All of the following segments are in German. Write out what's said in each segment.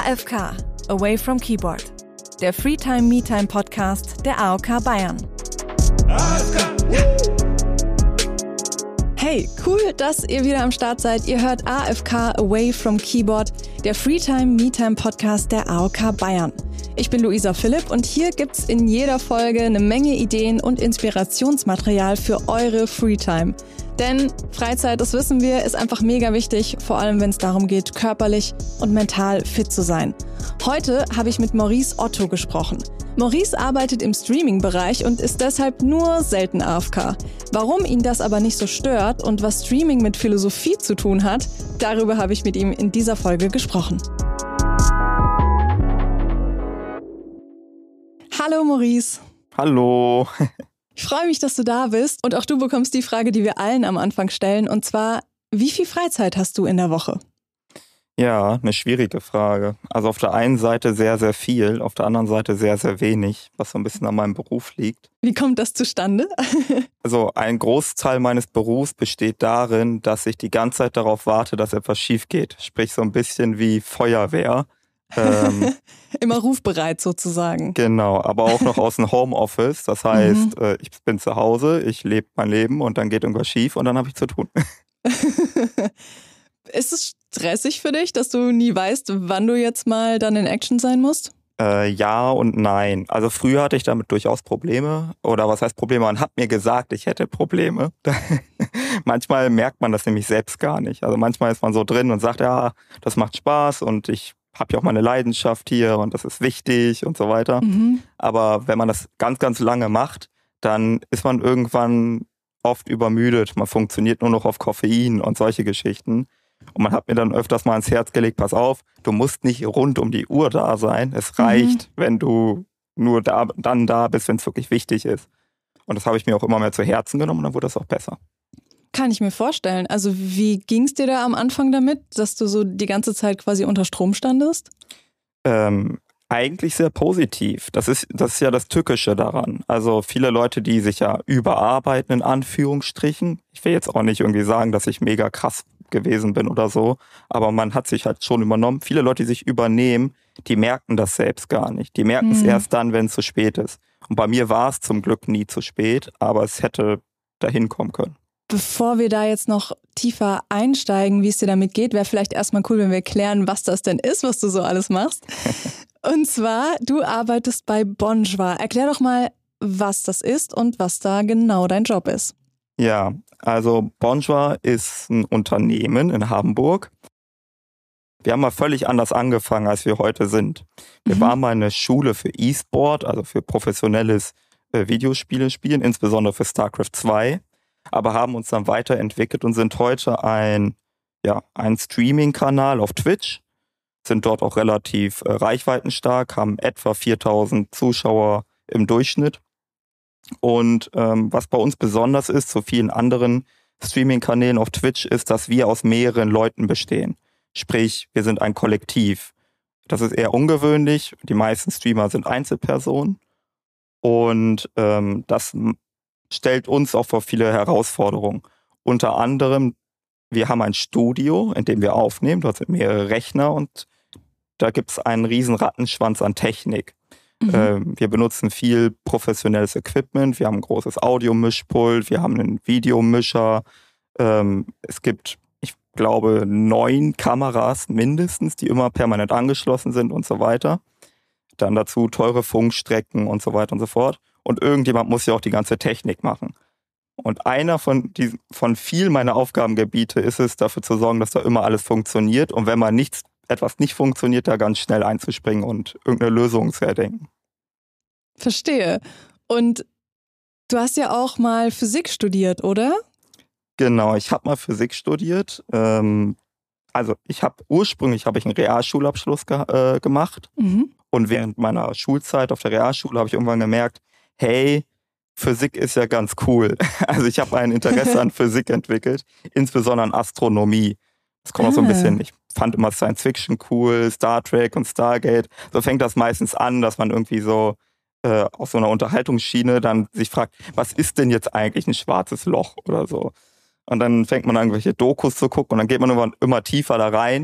AFK, Away from Keyboard, der Freetime-Me-Time-Podcast der AOK Bayern. AFK. Hey, cool, dass ihr wieder am Start seid. Ihr hört AFK, Away from Keyboard, der Freetime-Me-Time-Podcast der AOK Bayern. Ich bin Luisa Philipp und hier gibt's in jeder Folge eine Menge Ideen und Inspirationsmaterial für eure Freetime. Denn Freizeit, das wissen wir, ist einfach mega wichtig, vor allem wenn es darum geht, körperlich und mental fit zu sein. Heute habe ich mit Maurice Otto gesprochen. Maurice arbeitet im Streaming-Bereich und ist deshalb nur selten AFK. Warum ihn das aber nicht so stört und was Streaming mit Philosophie zu tun hat, darüber habe ich mit ihm in dieser Folge gesprochen. Hallo Maurice. Hallo. Ich freue mich, dass du da bist und auch du bekommst die Frage, die wir allen am Anfang stellen, und zwar, wie viel Freizeit hast du in der Woche? Ja, eine schwierige Frage. Also auf der einen Seite sehr, sehr viel, auf der anderen Seite sehr, sehr wenig, was so ein bisschen an meinem Beruf liegt. Wie kommt das zustande? Also ein Großteil meines Berufs besteht darin, dass ich die ganze Zeit darauf warte, dass etwas schief geht. Sprich so ein bisschen wie Feuerwehr. Immer rufbereit sozusagen. Genau, aber auch noch aus dem Homeoffice. Das heißt, ich bin zu Hause, ich lebe mein Leben und dann geht irgendwas schief und dann habe ich zu tun. Ist es stressig für dich, dass du nie weißt, wann du jetzt mal dann in Action sein musst? Ja und nein. Also früher hatte ich damit durchaus Probleme. Oder was heißt Probleme? Man hat mir gesagt, ich hätte Probleme. Manchmal merkt man das nämlich selbst gar nicht. Also manchmal ist man so drin und sagt, ja, das macht Spaß und ich habe ja auch meine Leidenschaft hier und das ist wichtig und so weiter. Aber wenn man das ganz, ganz lange macht, dann ist man irgendwann oft übermüdet. Man funktioniert nur noch auf Koffein und solche Geschichten. Und man hat mir dann öfters mal ans Herz gelegt, pass auf, du musst nicht rund um die Uhr da sein. Es reicht, wenn du nur dann da bist, wenn es wirklich wichtig ist. Und das habe ich mir auch immer mehr zu Herzen genommen und dann wurde das auch besser. Kann ich mir vorstellen. Also wie ging es dir da am Anfang damit, dass du so die ganze Zeit quasi unter Strom standest? Eigentlich sehr positiv. Das ist ja das Tückische daran. Also viele Leute, die sich ja überarbeiten, in Anführungsstrichen. Ich will jetzt auch nicht irgendwie sagen, dass ich mega krass gewesen bin oder so, aber man hat sich halt schon übernommen. Viele Leute, die sich übernehmen, die merken das selbst gar nicht. Die merken es erst dann, wenn es zu spät ist. Und bei mir war es zum Glück nie zu spät, aber es hätte dahin kommen können. Bevor wir da jetzt noch tiefer einsteigen, wie es dir damit geht, wäre vielleicht erstmal cool, wenn wir klären, was das denn ist, was du so alles machst. Und zwar, du arbeitest bei Bonjour. Erklär doch mal, was das ist und was da genau dein Job ist. Ja, also Bonjour ist ein Unternehmen in Hamburg. Wir haben mal völlig anders angefangen, als wir heute sind. Wir waren mal eine Schule für E-Sport, also für professionelles Videospiele spielen, insbesondere für StarCraft 2. Aber haben uns dann weiterentwickelt und sind heute ein Streaming-Kanal auf Twitch, sind dort auch relativ reichweitenstark, haben etwa 4000 Zuschauer im Durchschnitt. Und was bei uns besonders ist, zu vielen anderen Streaming-Kanälen auf Twitch, ist, dass wir aus mehreren Leuten bestehen. Sprich, wir sind ein Kollektiv. Das ist eher ungewöhnlich. Die meisten Streamer sind Einzelpersonen. Und das stellt uns auch vor viele Herausforderungen. Unter anderem, wir haben ein Studio, in dem wir aufnehmen. Dort sind mehrere Rechner und da gibt es einen riesen Rattenschwanz an Technik. Wir benutzen viel professionelles Equipment. Wir haben ein großes Audiomischpult, wir haben einen Videomischer. Es gibt, ich glaube, 9 Kameras mindestens, die immer permanent angeschlossen sind und so weiter. Dann dazu teure Funkstrecken und so weiter und so fort. Und irgendjemand muss ja auch die ganze Technik machen. Und einer von vielen meiner Aufgabengebiete ist es, dafür zu sorgen, dass da immer alles funktioniert. Und wenn mal etwas nicht funktioniert, da ganz schnell einzuspringen und irgendeine Lösung zu erdenken. Verstehe. Und du hast ja auch mal Physik studiert, oder? Genau, ich habe mal Physik studiert. Ursprünglich habe ich einen Realschulabschluss gemacht. Und während meiner Schulzeit auf der Realschule habe ich irgendwann gemerkt, hey, Physik ist ja ganz cool. Also ich habe ein Interesse an Physik entwickelt, insbesondere an Astronomie. Das kommt auch so ein bisschen, ich fand immer Science Fiction cool, Star Trek und Stargate. So fängt das meistens an, dass man irgendwie so auf so einer Unterhaltungsschiene dann sich fragt, was ist denn jetzt eigentlich ein schwarzes Loch oder so. Und dann fängt man an, irgendwelche Dokus zu gucken und dann geht man immer tiefer da rein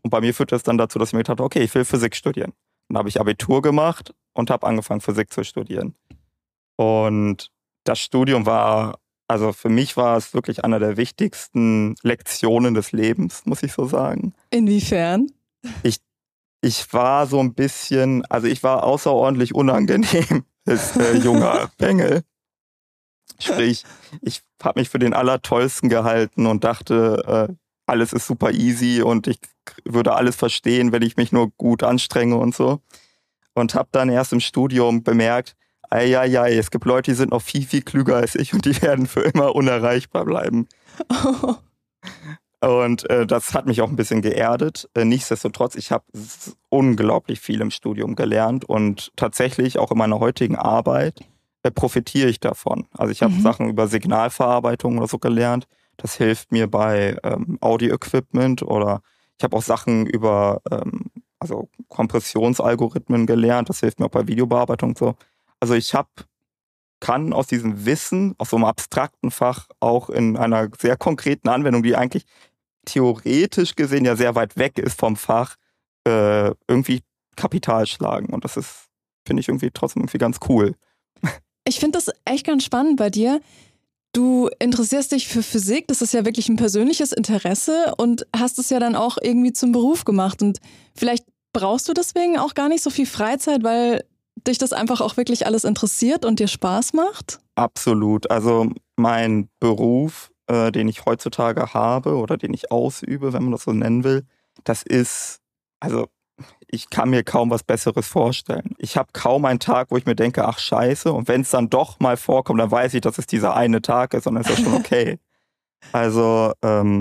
Und bei mir führte es dann dazu, dass ich mir gedacht habe, okay, ich will Physik studieren. Dann habe ich Abitur gemacht und habe angefangen, Physik zu studieren. Und das Studium also für mich war es wirklich einer der wichtigsten Lektionen des Lebens, muss ich so sagen. Inwiefern? Ich war so ein bisschen, also ich war außerordentlich unangenehm als junger Bengel. Sprich, ich habe mich für den Allertollsten gehalten und dachte, alles ist super easy und ich würde alles verstehen, wenn ich mich nur gut anstrenge und so. Und habe dann erst im Studium bemerkt, es gibt Leute, die sind noch viel, viel klüger als ich und die werden für immer unerreichbar bleiben. Oh. Und das hat mich auch ein bisschen geerdet. Nichtsdestotrotz, ich habe unglaublich viel im Studium gelernt und tatsächlich auch in meiner heutigen Arbeit profitiere ich davon. Also ich habe Sachen über Signalverarbeitung oder so gelernt. Das hilft mir bei Audio-Equipment oder ich habe auch Sachen über also Kompressionsalgorithmen gelernt. Das hilft mir auch bei Videobearbeitung und so. Also kann aus diesem Wissen, aus so einem abstrakten Fach auch in einer sehr konkreten Anwendung, die eigentlich theoretisch gesehen ja sehr weit weg ist vom Fach, irgendwie Kapital schlagen. Und das ist, finde ich, irgendwie trotzdem irgendwie ganz cool. Ich finde das echt ganz spannend bei dir. Du interessierst dich für Physik, das ist ja wirklich ein persönliches Interesse und hast es ja dann auch irgendwie zum Beruf gemacht. Und vielleicht brauchst du deswegen auch gar nicht so viel Freizeit, weil dich das einfach auch wirklich alles interessiert und dir Spaß macht? Absolut. Also mein Beruf, den ich heutzutage habe oder den ich ausübe, wenn man das so nennen will, das ist, also ich kann mir kaum was Besseres vorstellen. Ich habe kaum einen Tag, wo ich mir denke, ach scheiße, und wenn es dann doch mal vorkommt, dann weiß ich, dass es dieser eine Tag ist und dann ist das schon okay. Also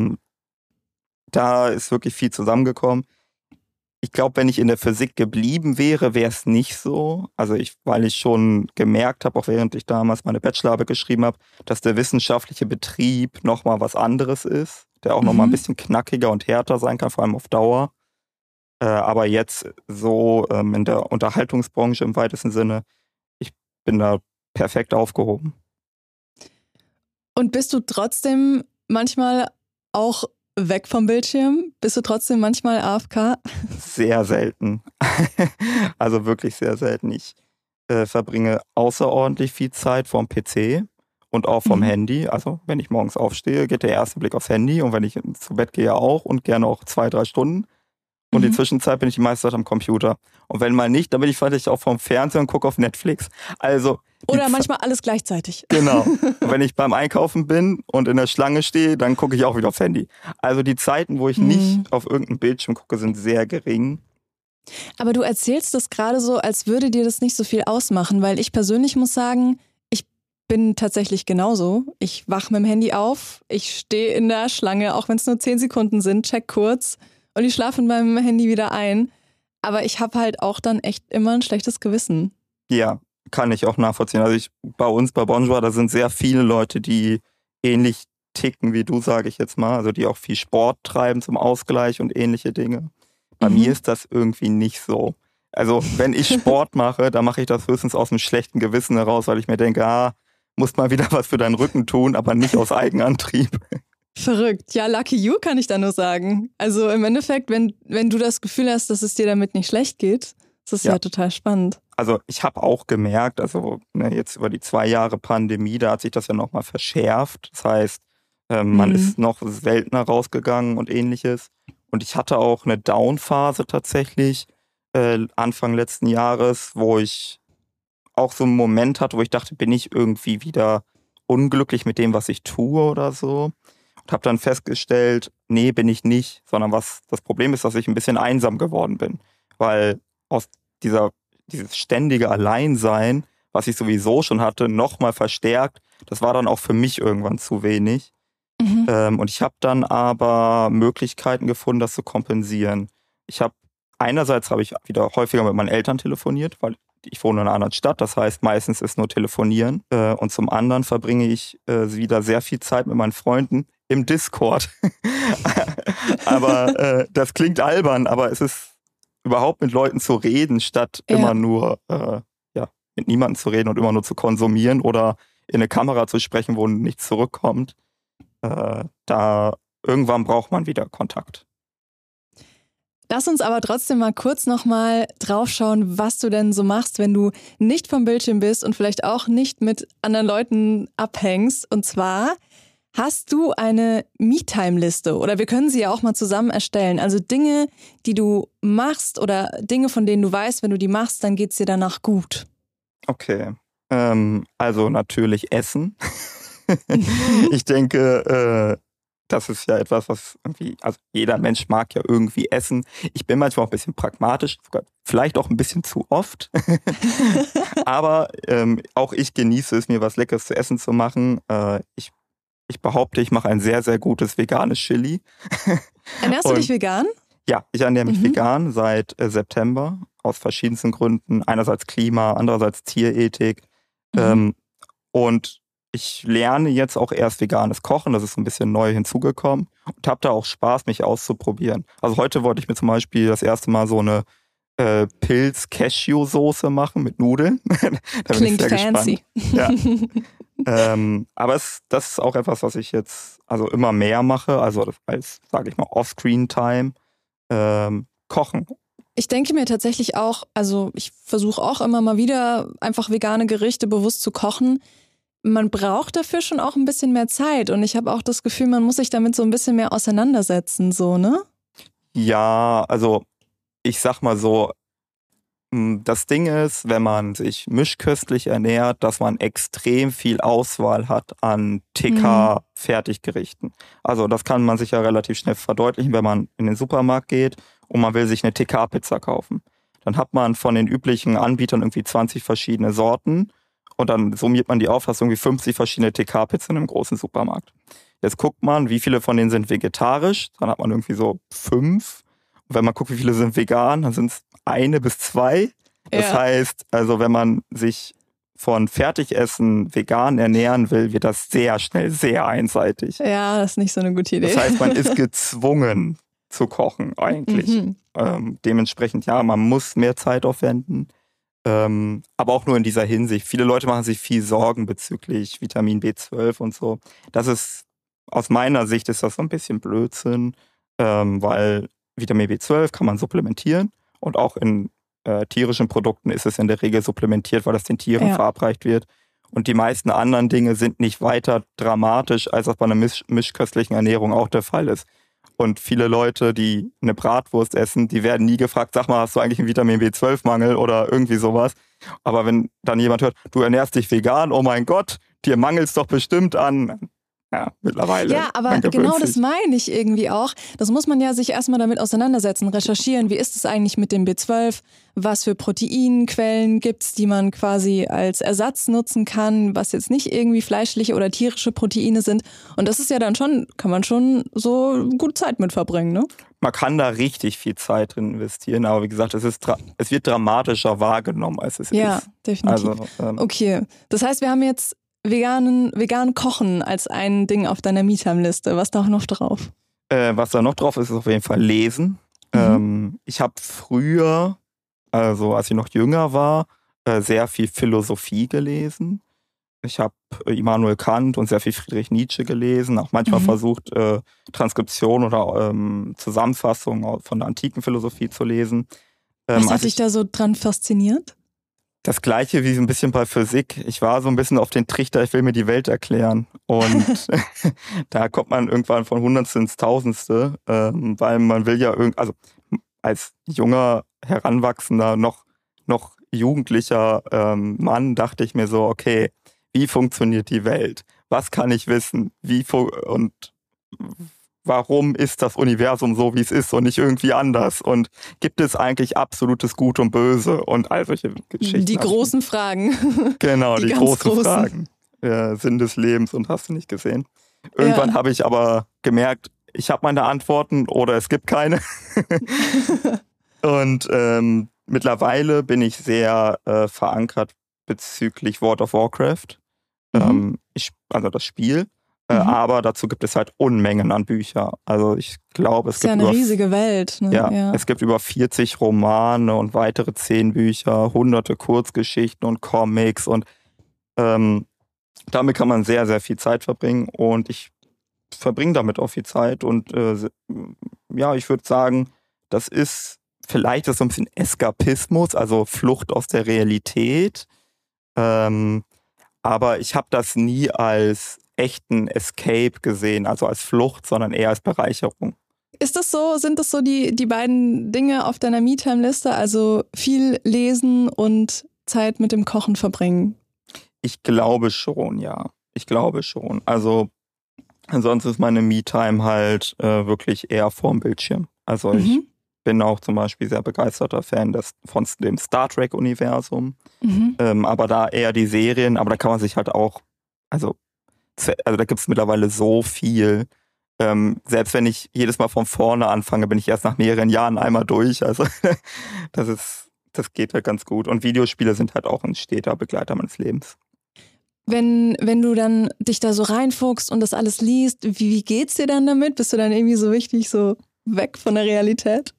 da ist wirklich viel zusammengekommen. Ich glaube, wenn ich in der Physik geblieben wäre, wäre es nicht so. Also weil ich schon gemerkt habe, auch während ich damals meine Bachelorarbeit geschrieben habe, dass der wissenschaftliche Betrieb nochmal was anderes ist, der auch nochmal ein bisschen knackiger und härter sein kann, vor allem auf Dauer. Aber jetzt so in der Unterhaltungsbranche im weitesten Sinne, ich bin da perfekt aufgehoben. Und bist du trotzdem manchmal auch weg vom Bildschirm? Bist du trotzdem manchmal AFK? Sehr selten. Also wirklich sehr selten. Ich verbringe außerordentlich viel Zeit vorm PC und auch vom Handy. Also wenn ich morgens aufstehe, geht der erste Blick aufs Handy und wenn ich zu Bett gehe auch und gerne auch 2-3 Stunden. Und in der Zwischenzeit bin ich die meiste Zeit am Computer. Und wenn mal nicht, dann bin ich vielleicht auch vorm Fernseher und gucke auf Netflix. Also oder manchmal alles gleichzeitig. Genau. Und wenn ich beim Einkaufen bin und in der Schlange stehe, dann gucke ich auch wieder aufs Handy. Also die Zeiten, wo ich nicht auf irgendeinen Bildschirm gucke, sind sehr gering. Aber du erzählst das gerade so, als würde dir das nicht so viel ausmachen, weil ich persönlich muss sagen, ich bin tatsächlich genauso. Ich wache mit dem Handy auf, ich stehe in der Schlange, auch wenn es nur 10 Sekunden sind, check kurz und ich schlafe in meinem Handy wieder ein. Aber ich habe halt auch dann echt immer ein schlechtes Gewissen. Ja, kann ich auch nachvollziehen. Also bei uns bei Bonjour, da sind sehr viele Leute, die ähnlich ticken wie du, sage ich jetzt mal. Also die auch viel Sport treiben zum Ausgleich und ähnliche Dinge. Bei mir ist das irgendwie nicht so. Also wenn ich Sport mache, dann mache ich das höchstens aus einem schlechten Gewissen heraus, weil ich mir denke, musst mal wieder was für deinen Rücken tun, aber nicht aus Eigenantrieb. Verrückt. Ja, lucky you, kann ich da nur sagen. Also im Endeffekt, wenn du das Gefühl hast, dass es dir damit nicht schlecht geht, ist das ja total spannend. Also ich habe auch gemerkt, also jetzt über die 2 Jahre Pandemie, da hat sich das ja nochmal verschärft. Das heißt, man ist noch seltener rausgegangen und ähnliches. Und ich hatte auch eine Down-Phase tatsächlich Anfang letzten Jahres, wo ich auch so einen Moment hatte, wo ich dachte, bin ich irgendwie wieder unglücklich mit dem, was ich tue oder so. Und habe dann festgestellt, nee, bin ich nicht, sondern das Problem ist, dass ich ein bisschen einsam geworden bin. Weil aus dieses ständige Alleinsein, was ich sowieso schon hatte, nochmal verstärkt, das war dann auch für mich irgendwann zu wenig. Und ich habe dann aber Möglichkeiten gefunden, das zu kompensieren. Einerseits habe ich wieder häufiger mit meinen Eltern telefoniert, weil ich wohne in einer anderen Stadt, das heißt meistens ist nur telefonieren. Und zum anderen verbringe ich wieder sehr viel Zeit mit meinen Freunden im Discord. Aber das klingt albern, aber es ist überhaupt mit Leuten zu reden, statt immer nur mit niemandem zu reden und immer nur zu konsumieren oder in eine Kamera zu sprechen, wo nichts zurückkommt. Da irgendwann braucht man wieder Kontakt. Lass uns aber trotzdem mal kurz nochmal draufschauen, was du denn so machst, wenn du nicht vom Bildschirm bist und vielleicht auch nicht mit anderen Leuten abhängst. Und zwar hast du eine Me-Time-Liste oder wir können sie ja auch mal zusammen erstellen. Also Dinge, die du machst oder Dinge, von denen du weißt, wenn du die machst, dann geht's dir danach gut. Okay, also natürlich Essen. Ich denke, das ist ja etwas, was irgendwie, also jeder Mensch mag ja irgendwie essen. Ich bin manchmal auch ein bisschen pragmatisch, vielleicht auch ein bisschen zu oft. Aber auch ich genieße es, mir was Leckeres zu essen zu machen. Ich behaupte, ich mache ein sehr, sehr gutes veganes Chili. Ernährst du dich vegan? Ja, ich ernähre mich vegan seit September aus verschiedensten Gründen. Einerseits Klima, andererseits Tierethik. Und ich lerne jetzt auch erst veganes Kochen. Das ist so ein bisschen neu hinzugekommen. Und habe da auch Spaß, mich auszuprobieren. Also heute wollte ich mir zum Beispiel das erste Mal so eine Pilz-Cashew-Soße machen mit Nudeln. Da bin ich sehr fancy. Gespannt. Ja. Aber das ist auch etwas, was ich jetzt also immer mehr mache, also als, sage ich mal, Off-Screen-Time, kochen. Ich denke mir tatsächlich auch, also ich versuche auch immer mal wieder einfach vegane Gerichte bewusst zu kochen. Man braucht dafür schon auch ein bisschen mehr Zeit und ich habe auch das Gefühl, man muss sich damit so ein bisschen mehr auseinandersetzen, so, ne? Ja, also ich sag mal so, das Ding ist, wenn man sich mischköstlich ernährt, dass man extrem viel Auswahl hat an TK-Fertiggerichten. Also das kann man sich ja relativ schnell verdeutlichen, wenn man in den Supermarkt geht und man will sich eine TK-Pizza kaufen. Dann hat man von den üblichen Anbietern irgendwie 20 verschiedene Sorten und dann summiert man die auf, hast irgendwie 50 verschiedene TK-Pizzen im großen Supermarkt. Jetzt guckt man, wie viele von denen sind vegetarisch, dann hat man irgendwie so 5. Und wenn man guckt, wie viele sind vegan, dann sind es 1 bis 2. Das heißt, also wenn man sich von Fertigessen vegan ernähren will, wird das sehr schnell sehr einseitig. Ja, das ist nicht so eine gute Idee. Das heißt, man ist gezwungen zu kochen eigentlich. Dementsprechend, ja, man muss mehr Zeit aufwenden. Aber auch nur in dieser Hinsicht. Viele Leute machen sich viel Sorgen bezüglich Vitamin B12 und so. Das ist, aus meiner Sicht ist das so ein bisschen Blödsinn, weil Vitamin B12 kann man supplementieren und auch in tierischen Produkten ist es in der Regel supplementiert, weil das den Tieren verabreicht wird. Und die meisten anderen Dinge sind nicht weiter dramatisch, als das bei einer mischköstlichen Ernährung auch der Fall ist. Und viele Leute, die eine Bratwurst essen, die werden nie gefragt, sag mal, hast du eigentlich einen Vitamin B12-Mangel oder irgendwie sowas. Aber wenn dann jemand hört, du ernährst dich vegan, oh mein Gott, dir mangelt's doch bestimmt an. Ja, mittlerweile. Ja, aber genau das meine ich irgendwie auch. Das muss man ja sich erstmal damit auseinandersetzen, recherchieren. Wie ist es eigentlich mit dem B12? Was für Proteinquellen gibt's, die man quasi als Ersatz nutzen kann, was jetzt nicht irgendwie fleischliche oder tierische Proteine sind? Und das ist ja dann schon, kann man schon so gut Zeit mit verbringen, ne? Man kann da richtig viel Zeit drin investieren, aber wie gesagt, es wird dramatischer wahrgenommen, als es ist. Ja, definitiv. Also, okay, das heißt, wir haben jetzt vegan Kochen als ein Ding auf deiner Me-Time-Liste. Was da auch noch drauf? Was da noch drauf ist auf jeden Fall Lesen. Ich habe früher, also als ich noch jünger war, sehr viel Philosophie gelesen. Ich habe Immanuel Kant und sehr viel Friedrich Nietzsche gelesen, auch manchmal versucht, Transkription oder Zusammenfassung von der antiken Philosophie zu lesen. Was hat dich da so dran fasziniert? Das Gleiche wie so ein bisschen bei Physik. Ich war so ein bisschen auf den Trichter, ich will mir die Welt erklären. Und da kommt man irgendwann von Hundertste ins Tausendste, weil man will ja also als junger, heranwachsender, noch jugendlicher Mann dachte ich mir so, okay, wie funktioniert die Welt? Was kann ich wissen? Und warum ist das Universum so, wie es ist und nicht irgendwie anders? Und gibt es eigentlich absolutes Gut und Böse und all solche Geschichten? Die großen Fragen. Genau, die großen Fragen. Sinn des Lebens und hast du nicht gesehen. Irgendwann habe ich aber gemerkt, ich habe meine Antworten oder es gibt keine. Und mittlerweile bin ich sehr verankert bezüglich World of Warcraft. Also das Spiel. Aber dazu gibt es halt Unmengen an Büchern. Also ich glaube, es gibt eine riesige Welt. Ne? Ja, es gibt über 40 Romane und weitere 10 Bücher, hunderte Kurzgeschichten und Comics und damit kann man sehr, sehr viel Zeit verbringen und ich verbringe damit auch viel Zeit und ich würde sagen, Das ist vielleicht so ein bisschen Eskapismus, also Flucht aus der Realität. Aber ich habe das nie als echten Escape gesehen, also als Flucht, sondern eher als Bereicherung. Sind das so die beiden Dinge auf deiner Me-Time-Liste? Also viel lesen und Zeit mit dem Kochen verbringen? Ich glaube schon, ja. Ich glaube schon. Also ansonsten ist meine Me-Time halt wirklich eher vorm Bildschirm. Also ich bin auch zum Beispiel sehr begeisterter Fan von dem Star Trek-Universum. Aber da eher die Serien, aber da kann man sich halt auch, also da gibt es mittlerweile so viel. Selbst wenn ich jedes Mal von vorne anfange, bin ich erst nach mehreren Jahren einmal durch. Also das geht halt ganz gut. Und Videospiele sind halt auch ein steter Begleiter meines Lebens. Wenn du dann dich da so reinfuchst und das alles liest, wie geht's dir dann damit? Bist du dann irgendwie so richtig so weg von der Realität?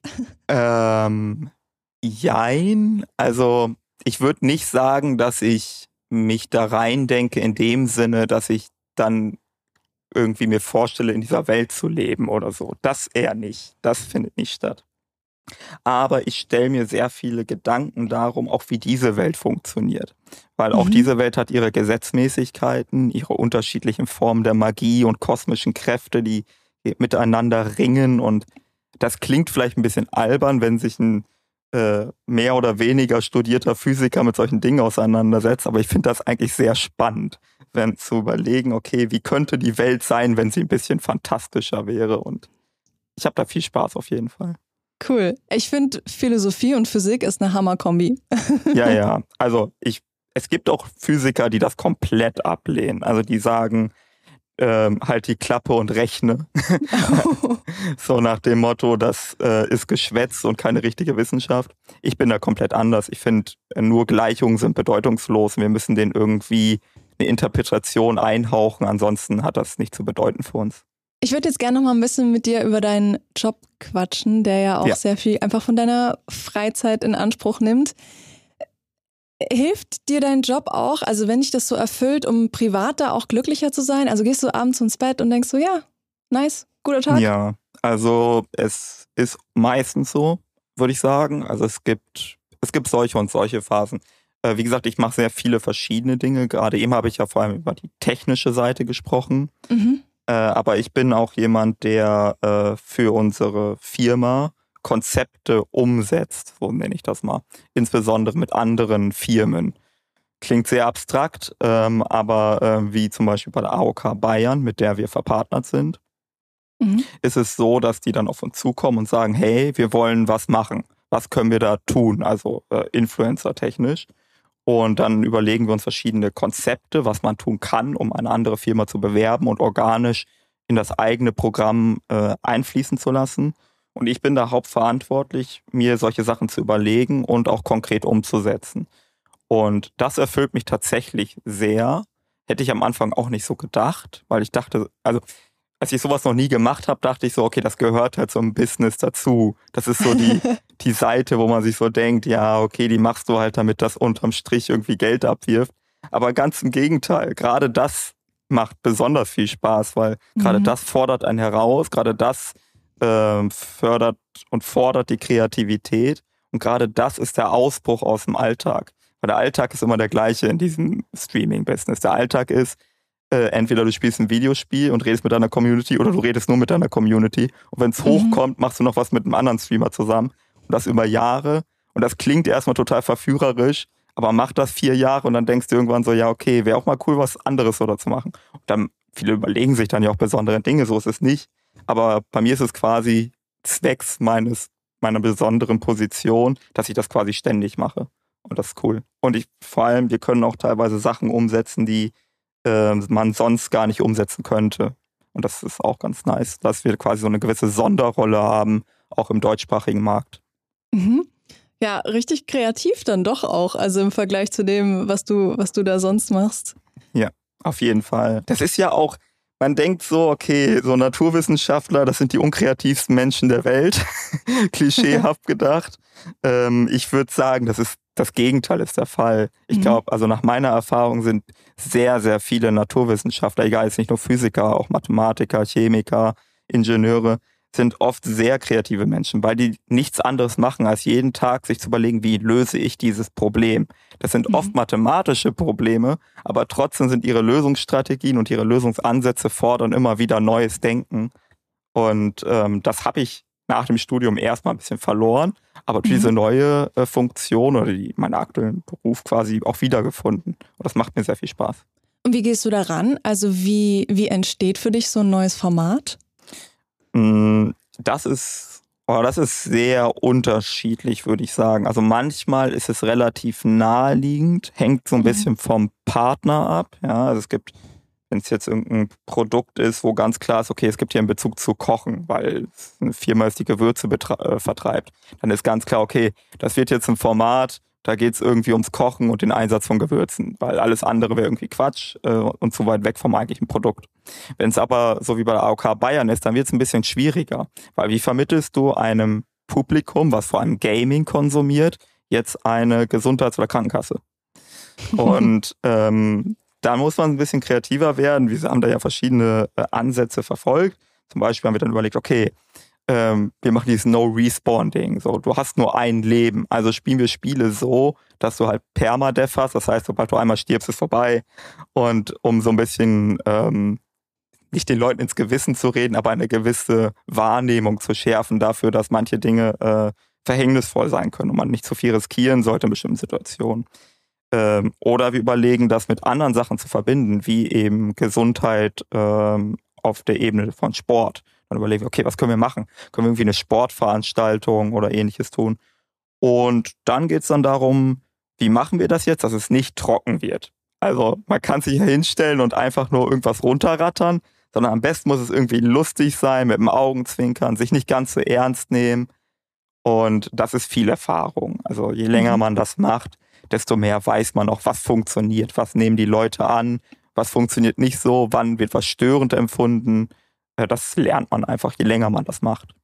Jein. Also ich würde nicht sagen, dass ich mich da rein denke in dem Sinne, dass ich dann irgendwie mir vorstelle, in dieser Welt zu leben oder so. Das eher nicht. Das findet nicht statt. Aber ich stelle mir sehr viele Gedanken darum, auch wie diese Welt funktioniert. Weil auch diese Welt hat ihre Gesetzmäßigkeiten, ihre unterschiedlichen Formen der Magie und kosmischen Kräfte, die miteinander ringen. Und das klingt vielleicht ein bisschen albern, wenn sich ein mehr oder weniger studierter Physiker mit solchen Dingen auseinandersetzt. Aber ich finde das eigentlich sehr spannend, wenn zu überlegen, okay, wie könnte die Welt sein, wenn sie ein bisschen fantastischer wäre. Und ich habe da viel Spaß auf jeden Fall. Cool. Ich finde, Philosophie und Physik ist eine Hammerkombi. Ja. Also es gibt auch Physiker, die das komplett ablehnen. Also die sagen, halt die Klappe und rechne. So nach dem Motto, das ist Geschwätz und keine richtige Wissenschaft. Ich bin da komplett anders. Ich finde, nur Gleichungen sind bedeutungslos. Wir müssen denen irgendwie eine Interpretation einhauchen. Ansonsten hat das nichts zu bedeuten für uns. Ich würde jetzt gerne noch mal ein bisschen mit dir über deinen Job quatschen, der ja auch sehr viel einfach von deiner Freizeit in Anspruch nimmt. Hilft dir dein Job auch, also wenn dich das so erfüllt, um privat da auch glücklicher zu sein? Also gehst du abends ins Bett und denkst so, ja, nice, guter Tag? Ja, also es ist meistens so, würde ich sagen. Also es gibt solche und solche Phasen. Wie gesagt, ich mache sehr viele verschiedene Dinge. Gerade eben habe ich ja vor allem über die technische Seite gesprochen. Aber ich bin auch jemand, der für unsere Firma Konzepte umsetzt, so nenne ich das mal. Insbesondere mit anderen Firmen. Klingt sehr abstrakt, aber wie zum Beispiel bei der AOK Bayern, mit der wir verpartnert sind, ist es so, dass die dann auf uns zukommen und sagen, hey, wir wollen was machen. Was können wir da tun? Also Influencer-technisch. Und dann überlegen wir uns verschiedene Konzepte, was man tun kann, um eine andere Firma zu bewerben und organisch in das eigene Programm einfließen zu lassen. Und ich bin da hauptverantwortlich, mir solche Sachen zu überlegen und auch konkret umzusetzen. Und das erfüllt mich tatsächlich sehr. Hätte ich am Anfang auch nicht so gedacht, weil ich dachte, also als ich sowas noch nie gemacht habe, dachte ich so, okay, das gehört halt zum Business dazu. Das ist so die Seite, wo man sich so denkt, ja, okay, die machst du halt, damit das unterm Strich irgendwie Geld abwirft. Aber ganz im Gegenteil, gerade das macht besonders viel Spaß, weil gerade das fordert einen heraus, gerade das fördert und fordert die Kreativität. Und gerade das ist der Ausbruch aus dem Alltag. Weil der Alltag ist immer der gleiche in diesem Streaming-Business. Der Alltag ist, entweder du spielst ein Videospiel und redest mit deiner Community oder du redest nur mit deiner Community. Und wenn es hochkommt, machst du noch was mit einem anderen Streamer zusammen. Und das über Jahre. Und das klingt erstmal total verführerisch, aber mach das 4 Jahre und dann denkst du irgendwann so, ja okay, wäre auch mal cool, was anderes oder zu machen. Und dann, viele überlegen sich dann ja auch besondere Dinge, so ist es nicht. Aber bei mir ist es quasi zwecks meiner besonderen Position, dass ich das quasi ständig mache. Und das ist cool. Und vor allem, wir können auch teilweise Sachen umsetzen, die man sonst gar nicht umsetzen könnte. Und das ist auch ganz nice, dass wir quasi so eine gewisse Sonderrolle haben, auch im deutschsprachigen Markt. Ja, richtig kreativ dann doch auch, also im Vergleich zu dem, was du da sonst machst. Ja, auf jeden Fall. Das ist ja auch, man denkt so, okay, so Naturwissenschaftler, das sind die unkreativsten Menschen der Welt. Klischeehaft gedacht. Ich würde sagen, das Gegenteil ist der Fall. Ich glaube, also nach meiner Erfahrung sind sehr, sehr viele Naturwissenschaftler, egal, jetzt nicht nur Physiker, auch Mathematiker, Chemiker, Ingenieure, sind oft sehr kreative Menschen, weil die nichts anderes machen, als jeden Tag sich zu überlegen, wie löse ich dieses Problem. Das sind oft mathematische Probleme, aber trotzdem sind ihre Lösungsstrategien und ihre Lösungsansätze fordern immer wieder neues Denken. Und das habe ich nach dem Studium erstmal ein bisschen verloren, aber diese neue Funktion oder meinen aktuellen Beruf quasi auch wiedergefunden. Und das macht mir sehr viel Spaß. Und wie gehst du daran? Also wie entsteht für dich so ein neues Format? Das ist sehr unterschiedlich, würde ich sagen. Also manchmal ist es relativ naheliegend, hängt so ein bisschen vom Partner ab. Ja, also es gibt, wenn es jetzt irgendein Produkt ist, wo ganz klar ist, okay, es gibt hier einen Bezug zu Kochen, weil es eine Firma ist, die Gewürze vertreibt, dann ist ganz klar, okay, das wird jetzt ein Format, da geht es irgendwie ums Kochen und den Einsatz von Gewürzen, weil alles andere wäre irgendwie Quatsch und zu weit weg vom eigentlichen Produkt. Wenn es aber so wie bei der AOK Bayern ist, dann wird es ein bisschen schwieriger, weil wie vermittelst du einem Publikum, was vor allem Gaming konsumiert, jetzt eine Gesundheits- oder Krankenkasse? Und da muss man ein bisschen kreativer werden. Wir haben da ja verschiedene Ansätze verfolgt. Zum Beispiel haben wir dann überlegt, okay, wir machen dieses No-Respawn-Ding. So, du hast nur ein Leben. Also spielen wir Spiele so, dass du halt Permadeath hast. Das heißt, sobald du einmal stirbst, ist vorbei. Und um so ein bisschen nicht den Leuten ins Gewissen zu reden, aber eine gewisse Wahrnehmung zu schärfen dafür, dass manche Dinge verhängnisvoll sein können und man nicht zu viel riskieren sollte in bestimmten Situationen. Oder wir überlegen, das mit anderen Sachen zu verbinden, wie eben Gesundheit auf der Ebene von Sport. Dann überlegen wir, okay, was können wir machen? Können wir irgendwie eine Sportveranstaltung oder ähnliches tun? Und dann geht es dann darum, wie machen wir das jetzt, dass es nicht trocken wird? Also man kann sich hier hinstellen und einfach nur irgendwas runterrattern, sondern am besten muss es irgendwie lustig sein, mit dem Augenzwinkern, sich nicht ganz so ernst nehmen. Und das ist viel Erfahrung. Also je länger man das macht, desto mehr weiß man auch, was funktioniert, was nehmen die Leute an, was funktioniert nicht so, wann wird was störend empfunden. Das lernt man einfach, je länger man das macht.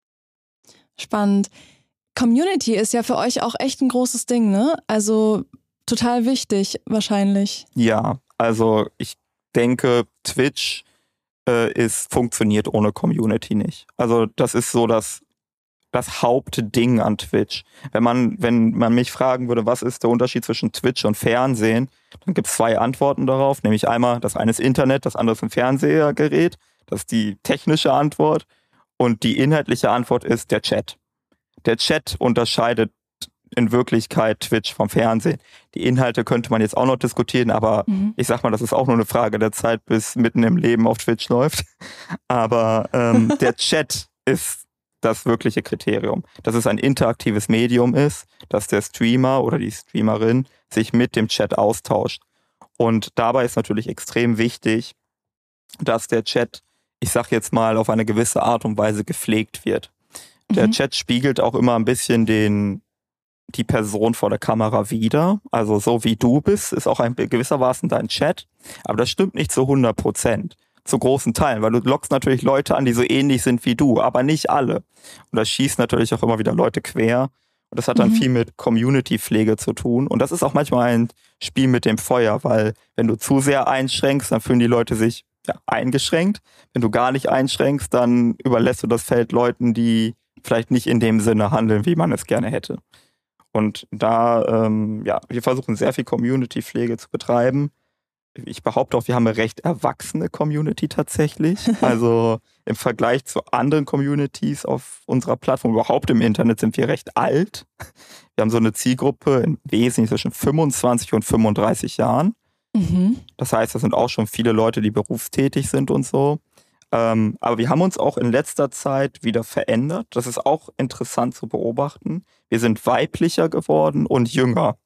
Spannend. Community ist ja für euch auch echt ein großes Ding, ne? Also total wichtig wahrscheinlich. Ja, also ich denke, Twitch funktioniert ohne Community nicht. Also das ist so das Hauptding an Twitch. Wenn man mich fragen würde, was ist der Unterschied zwischen Twitch und Fernsehen, dann gibt es 2 Antworten darauf, nämlich einmal, das eine ist Internet, das andere ist ein Fernsehgerät. Das ist die technische Antwort. Und die inhaltliche Antwort ist der Chat. Der Chat unterscheidet in Wirklichkeit Twitch vom Fernsehen. Die Inhalte könnte man jetzt auch noch diskutieren, aber ich sag mal, das ist auch nur eine Frage der Zeit, bis mitten im Leben auf Twitch läuft. Aber der Chat ist das wirkliche Kriterium. Dass es ein interaktives Medium ist, dass der Streamer oder die Streamerin sich mit dem Chat austauscht. Und dabei ist natürlich extrem wichtig, dass der Chat, ich sag jetzt mal, auf eine gewisse Art und Weise gepflegt wird. Der Chat spiegelt auch immer ein bisschen die Person vor der Kamera wider. Also so wie du bist, ist auch ein gewissermaßen dein Chat. Aber das stimmt nicht zu 100%. Zu großen Teilen, weil du lockst natürlich Leute an, die so ähnlich sind wie du, aber nicht alle. Und das schießt natürlich auch immer wieder Leute quer. Und das hat dann viel mit Community-Pflege zu tun. Und das ist auch manchmal ein Spiel mit dem Feuer, weil wenn du zu sehr einschränkst, dann fühlen die Leute sich eingeschränkt. Wenn du gar nicht einschränkst, dann überlässt du das Feld Leuten, die vielleicht nicht in dem Sinne handeln, wie man es gerne hätte. Und da, wir versuchen sehr viel Community-Pflege zu betreiben. Ich behaupte auch, wir haben eine recht erwachsene Community tatsächlich. Also im Vergleich zu anderen Communities auf unserer Plattform, überhaupt im Internet, sind wir recht alt. Wir haben so eine Zielgruppe im Wesentlichen zwischen 25 und 35 Jahren. Das heißt, das sind auch schon viele Leute, die berufstätig sind und so. Aber wir haben uns auch in letzter Zeit wieder verändert. Das ist auch interessant zu beobachten. Wir sind weiblicher geworden und jünger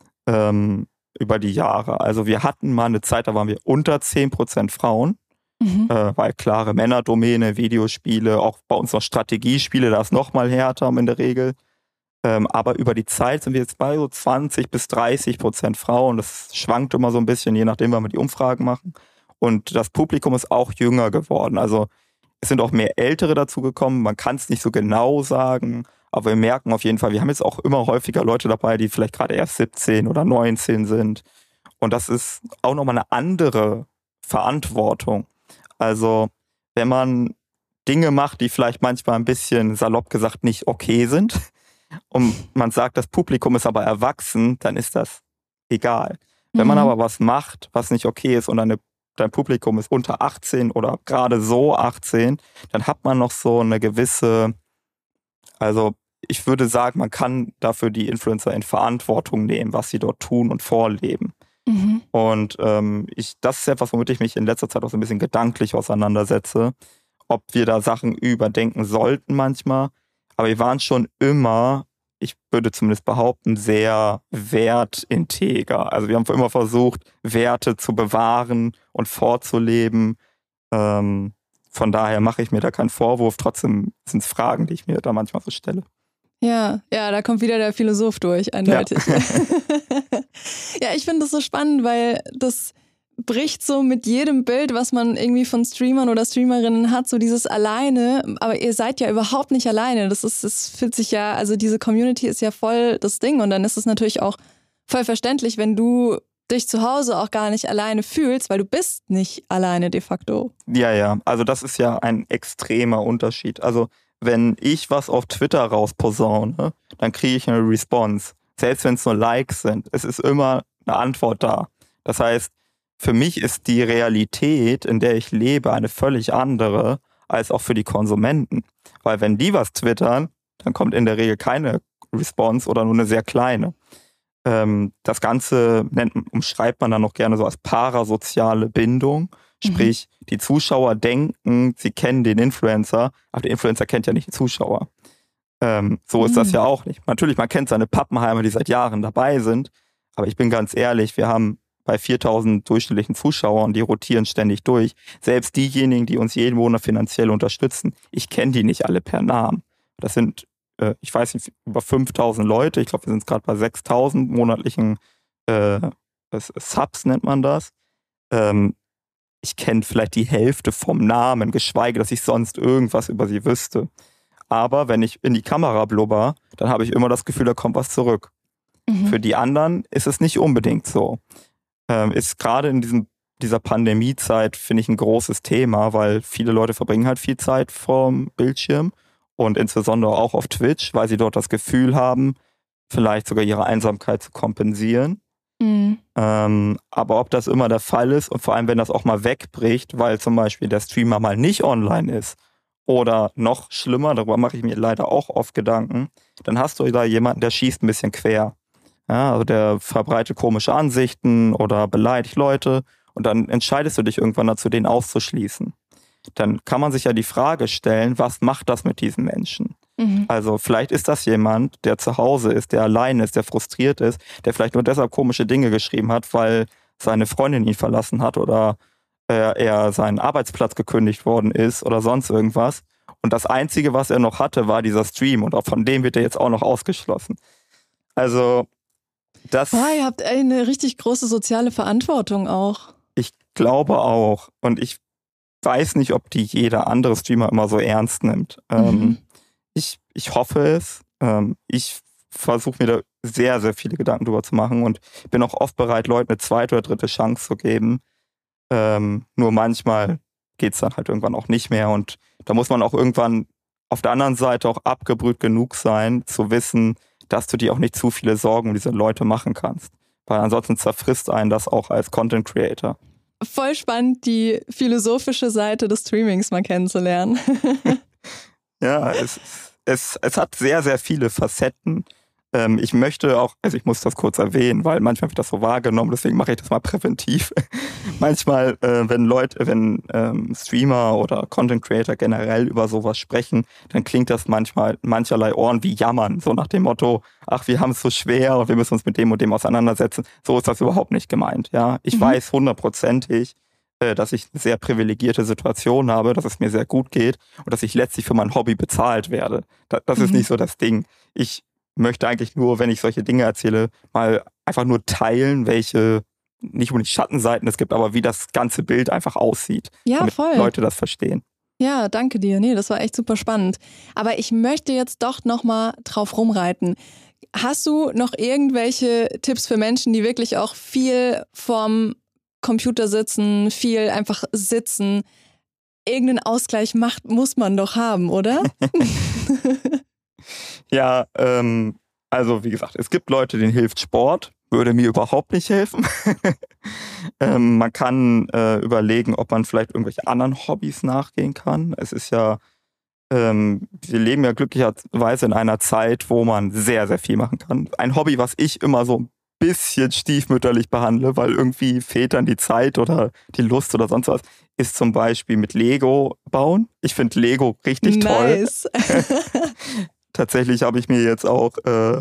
über die Jahre. Also wir hatten mal eine Zeit, da waren wir unter 10% Frauen, weil klare Männerdomäne, Videospiele, auch bei uns noch Strategiespiele, da ist noch mal härter in der Regel. Aber über die Zeit sind wir jetzt bei so 20-30% Frauen. Das schwankt immer so ein bisschen, je nachdem, wann wir die Umfragen machen. Und das Publikum ist auch jünger geworden. Also es sind auch mehr Ältere dazugekommen. Man kann es nicht so genau sagen, aber wir merken auf jeden Fall, wir haben jetzt auch immer häufiger Leute dabei, die vielleicht gerade erst 17 oder 19 sind. Und das ist auch nochmal eine andere Verantwortung. Also wenn man Dinge macht, die vielleicht manchmal ein bisschen salopp gesagt nicht okay sind und man sagt, das Publikum ist aber erwachsen, dann ist das egal. Wenn man aber was macht, was nicht okay ist und dein Publikum ist unter 18 oder gerade so 18, dann hat man noch so eine gewisse, also ich würde sagen, man kann dafür die Influencer in Verantwortung nehmen, was sie dort tun und vorleben. Und das ist etwas, womit ich mich in letzter Zeit auch so ein bisschen gedanklich auseinandersetze, ob wir da Sachen überdenken sollten manchmal. Aber wir waren schon immer, ich würde zumindest behaupten, sehr wertinteger. Also wir haben immer versucht, Werte zu bewahren und vorzuleben. Von daher mache ich mir da keinen Vorwurf. Trotzdem sind es Fragen, die ich mir da manchmal so stelle. Ja, da kommt wieder der Philosoph durch, eindeutig. Ja, ja, ich finde das so spannend, weil das bricht so mit jedem Bild, was man irgendwie von Streamern oder Streamerinnen hat, so dieses alleine, aber ihr seid ja überhaupt nicht alleine. Das fühlt sich ja, also diese Community ist ja voll das Ding und dann ist es natürlich auch voll verständlich, wenn du dich zu Hause auch gar nicht alleine fühlst, weil du bist nicht alleine de facto. Ja, also das ist ja ein extremer Unterschied. Also wenn ich was auf Twitter rausposaune, dann kriege ich eine Response. Selbst wenn es nur Likes sind, es ist immer eine Antwort da. Das heißt, für mich ist die Realität, in der ich lebe, eine völlig andere als auch für die Konsumenten. Weil wenn die was twittern, dann kommt in der Regel keine Response oder nur eine sehr kleine. Das Ganze umschreibt man dann noch gerne so als parasoziale Bindung. Sprich, die Zuschauer denken, sie kennen den Influencer, aber der Influencer kennt ja nicht die Zuschauer. So ist das ja auch nicht. Natürlich, man kennt seine Pappenheimer, die seit Jahren dabei sind, aber ich bin ganz ehrlich, wir haben bei 4000 durchschnittlichen Zuschauern, die rotieren ständig durch. Selbst diejenigen, die uns jeden Monat finanziell unterstützen, ich kenne die nicht alle per Namen. Das sind, ich weiß nicht, über 5000 Leute. Ich glaube, wir sind gerade bei 6000 monatlichen Subs, nennt man das. Ich kenne vielleicht die Hälfte vom Namen, geschweige, dass ich sonst irgendwas über sie wüsste. Aber wenn ich in die Kamera blubber, dann habe ich immer das Gefühl, da kommt was zurück. Für die anderen ist es nicht unbedingt so. Ist gerade in dieser Pandemiezeit, finde ich, ein großes Thema, weil viele Leute verbringen halt viel Zeit vorm Bildschirm und insbesondere auch auf Twitch, weil sie dort das Gefühl haben, vielleicht sogar ihre Einsamkeit zu kompensieren. Aber ob das immer der Fall ist und vor allem, wenn das auch mal wegbricht, weil zum Beispiel der Streamer mal nicht online ist oder noch schlimmer, darüber mache ich mir leider auch oft Gedanken, dann hast du da jemanden, der schießt ein bisschen quer. Ja, also der verbreitet komische Ansichten oder beleidigt Leute und dann entscheidest du dich irgendwann dazu, den auszuschließen. Dann kann man sich ja die Frage stellen, was macht das mit diesen Menschen? Also vielleicht ist das jemand, der zu Hause ist, der allein ist, der frustriert ist, der vielleicht nur deshalb komische Dinge geschrieben hat, weil seine Freundin ihn verlassen hat oder er seinen Arbeitsplatz gekündigt worden ist oder sonst irgendwas. Und das Einzige, was er noch hatte, war dieser Stream und auch von dem wird er jetzt auch noch ausgeschlossen. Also ihr habt eine richtig große soziale Verantwortung auch. Ich glaube auch. Und ich weiß nicht, ob die jeder andere Streamer immer so ernst nimmt. Ich hoffe es. Ich versuche mir da sehr, sehr viele Gedanken drüber zu machen und bin auch oft bereit, Leuten eine zweite oder dritte Chance zu geben. Nur manchmal geht es dann halt irgendwann auch nicht mehr. Und da muss man auch irgendwann auf der anderen Seite auch abgebrüht genug sein, zu wissen, dass du dir auch nicht zu viele Sorgen um diese Leute machen kannst. Weil ansonsten zerfrisst einen das auch als Content Creator. Voll spannend, die philosophische Seite des Streamings mal kennenzulernen. Ja, es hat sehr, sehr viele Facetten. Ich möchte auch, also ich muss das kurz erwähnen, weil manchmal wird das so wahrgenommen, deswegen mache ich das mal präventiv. Manchmal, wenn Streamer oder Content Creator generell über sowas sprechen, dann klingt das manchmal in mancherlei Ohren wie Jammern, so nach dem Motto, ach, wir haben es so schwer und wir müssen uns mit dem und dem auseinandersetzen. So ist das überhaupt nicht gemeint. Ja, ich weiß 100%, dass ich eine sehr privilegierte Situation habe, dass es mir sehr gut geht und dass ich letztlich für mein Hobby bezahlt werde. Das ist nicht so das Ding. Ich möchte eigentlich nur, wenn ich solche Dinge erzähle, mal einfach nur teilen, welche, nicht unbedingt Schattenseiten es gibt, aber wie das ganze Bild einfach aussieht. Ja, damit voll. Leute das verstehen. Ja, danke dir. Nee, das war echt super spannend. Aber ich möchte jetzt doch nochmal drauf rumreiten. Hast du noch irgendwelche Tipps für Menschen, die wirklich auch viel vorm Computer sitzen, viel einfach sitzen? irgendeinen Ausgleich muss man doch haben, oder? Ja, also wie gesagt, es gibt Leute, denen hilft Sport, würde mir überhaupt nicht helfen. Man kann überlegen, ob man vielleicht irgendwelche anderen Hobbys nachgehen kann. Es ist ja, wir leben ja glücklicherweise in einer Zeit, wo man sehr, sehr viel machen kann. Ein Hobby, was ich immer so ein bisschen stiefmütterlich behandle, weil irgendwie fehlt dann die Zeit oder die Lust oder sonst was, ist zum Beispiel mit Lego bauen. Ich finde Lego richtig nice. Toll. Tatsächlich habe ich mir jetzt auch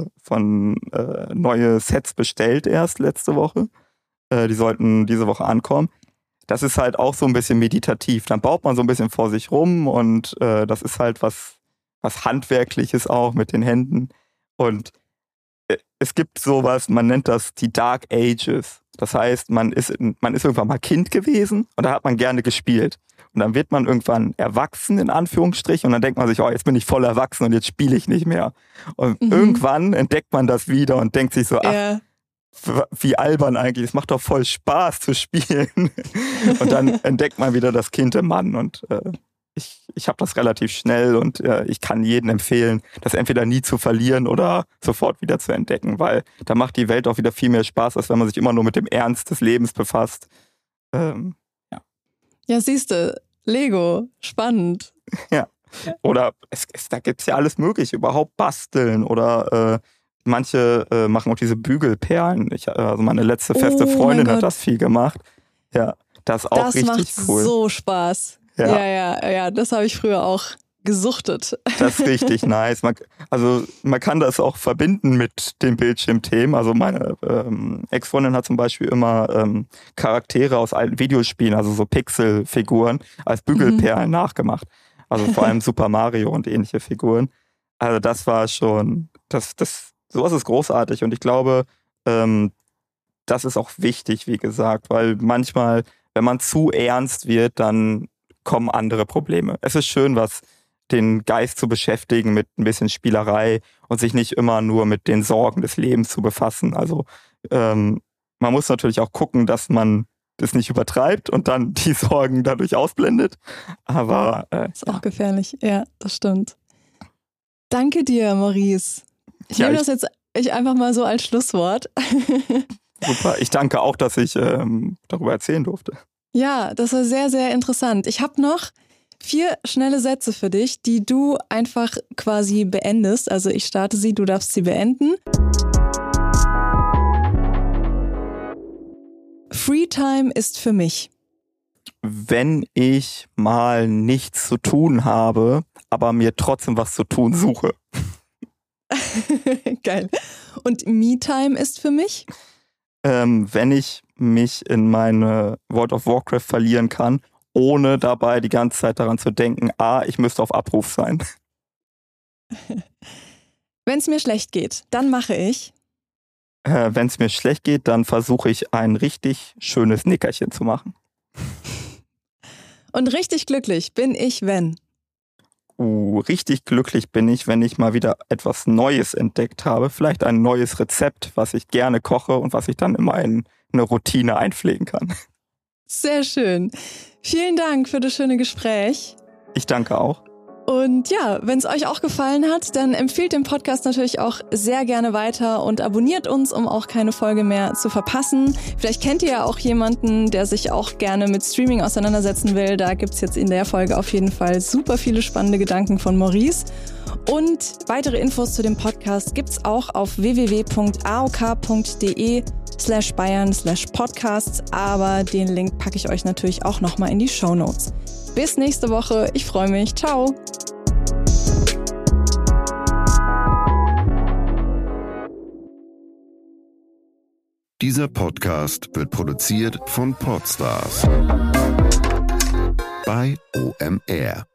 neue Sets bestellt erst letzte Woche. Die sollten diese Woche ankommen. Das ist halt auch so ein bisschen meditativ. Dann baut man so ein bisschen vor sich rum und das ist halt was Handwerkliches auch mit den Händen. Und es gibt sowas, man nennt das die Dark Ages. Das heißt, man ist irgendwann mal Kind gewesen und da hat man gerne gespielt. Und dann wird man irgendwann erwachsen, in Anführungsstrichen, und dann denkt man sich, oh, jetzt bin ich voll erwachsen und jetzt spiele ich nicht mehr. Und irgendwann entdeckt man das wieder und denkt sich so, ach, wie albern eigentlich, es macht doch voll Spaß zu spielen. Und dann entdeckt man wieder das Kind im Mann. Und ich habe das relativ schnell und ich kann jedem empfehlen, das entweder nie zu verlieren oder sofort wieder zu entdecken, weil da macht die Welt auch wieder viel mehr Spaß, als wenn man sich immer nur mit dem Ernst des Lebens befasst. Ja, siehst du, Lego, spannend. Ja, oder da gibt es ja alles Mögliche, überhaupt basteln oder manche machen auch diese Bügelperlen. Also meine letzte feste Freundin hat das viel gemacht. Ja, das ist auch richtig cool. Das macht so Spaß. Ja, das habe ich früher auch gesuchtet. Das ist richtig nice. Man kann das auch verbinden mit den Bildschirmthemen. Also meine Ex-Freundin hat zum Beispiel immer Charaktere aus alten Videospielen, also so Pixelfiguren, als Bügelperlen nachgemacht. Also vor allem Super Mario und ähnliche Figuren. Also das war schon, sowas ist großartig und ich glaube, das ist auch wichtig, wie gesagt, weil manchmal, wenn man zu ernst wird, dann kommen andere Probleme. Es ist schön, den Geist zu beschäftigen mit ein bisschen Spielerei und sich nicht immer nur mit den Sorgen des Lebens zu befassen. Also man muss natürlich auch gucken, dass man das nicht übertreibt und dann die Sorgen dadurch ausblendet. Aber ist auch gefährlich. Ja, das stimmt. Danke dir, Maurice. Ich nehme das jetzt einfach mal so als Schlusswort. Super. Ich danke auch, dass ich darüber erzählen durfte. Ja, das war sehr, sehr interessant. Ich habe noch 4 schnelle Sätze für dich, die du einfach quasi beendest. Also ich starte sie, du darfst sie beenden. Freetime ist für mich. Wenn ich mal nichts zu tun habe, aber mir trotzdem was zu tun suche. Geil. Und Me-Time ist für mich? Wenn ich mich in meine World of Warcraft verlieren kann, ohne dabei die ganze Zeit daran zu denken, ich müsste auf Abruf sein. Wenn es mir schlecht geht, dann mache ich? Wenn es mir schlecht geht, dann versuche ich ein richtig schönes Nickerchen zu machen. Und richtig glücklich bin ich, wenn? Richtig glücklich bin ich, wenn ich mal wieder etwas Neues entdeckt habe. Vielleicht ein neues Rezept, was ich gerne koche und was ich dann immer in eine Routine einpflegen kann. Sehr schön. Vielen Dank für das schöne Gespräch. Ich danke auch. Und ja, wenn es euch auch gefallen hat, dann empfiehlt den Podcast natürlich auch sehr gerne weiter und abonniert uns, um auch keine Folge mehr zu verpassen. Vielleicht kennt ihr ja auch jemanden, der sich auch gerne mit Streaming auseinandersetzen will. Da gibt's jetzt in der Folge auf jeden Fall super viele spannende Gedanken von Maurice. Und weitere Infos zu dem Podcast gibt's auch auf www.aok.de/bayern/podcasts. Aber den Link packe ich euch natürlich auch nochmal in die Shownotes. Bis nächste Woche. Ich freue mich. Ciao. Dieser Podcast wird produziert von Podstars bei OMR.